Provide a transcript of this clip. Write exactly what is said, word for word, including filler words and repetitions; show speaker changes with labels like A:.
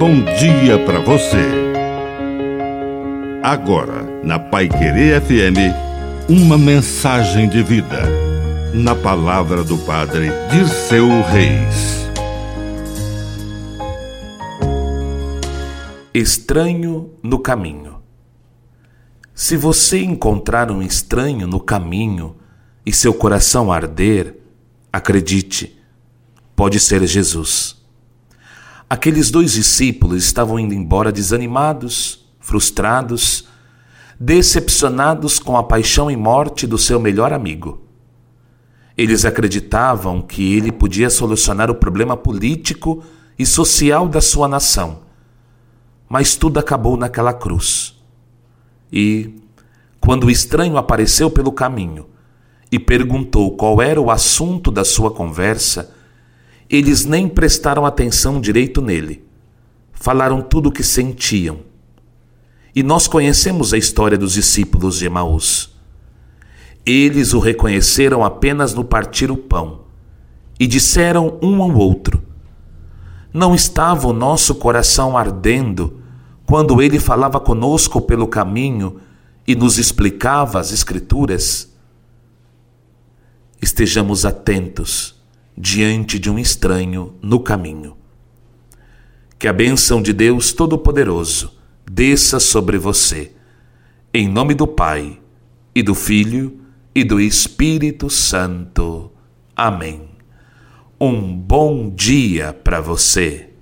A: bom dia para você. Agora, na Paiquerê F M, uma mensagem de vida. Na palavra do Padre Dirceu Reis.
B: Estranho no caminho. Se você encontrar um estranho no caminho e seu coração arder, acredite, pode ser Jesus. Aqueles dois discípulos estavam indo embora desanimados, frustrados, decepcionados com a paixão e morte do seu melhor amigo. Eles acreditavam que ele podia solucionar o problema político e social da sua nação, mas tudo acabou naquela cruz. E, quando o estranho apareceu pelo caminho e perguntou qual era o assunto da sua conversa, eles nem prestaram atenção direito nele. Falaram tudo o que sentiam. E nós conhecemos a história dos discípulos de Emaús. Eles o reconheceram apenas no partir o pão e disseram um ao outro: não estava o nosso coração ardendo quando ele falava conosco pelo caminho e nos explicava as Escrituras? Estejamos atentos diante de um estranho no caminho. Que a bênção de Deus Todo-Poderoso desça sobre você, em nome do Pai, e do Filho, e do Espírito Santo. Amém. Um bom dia para você.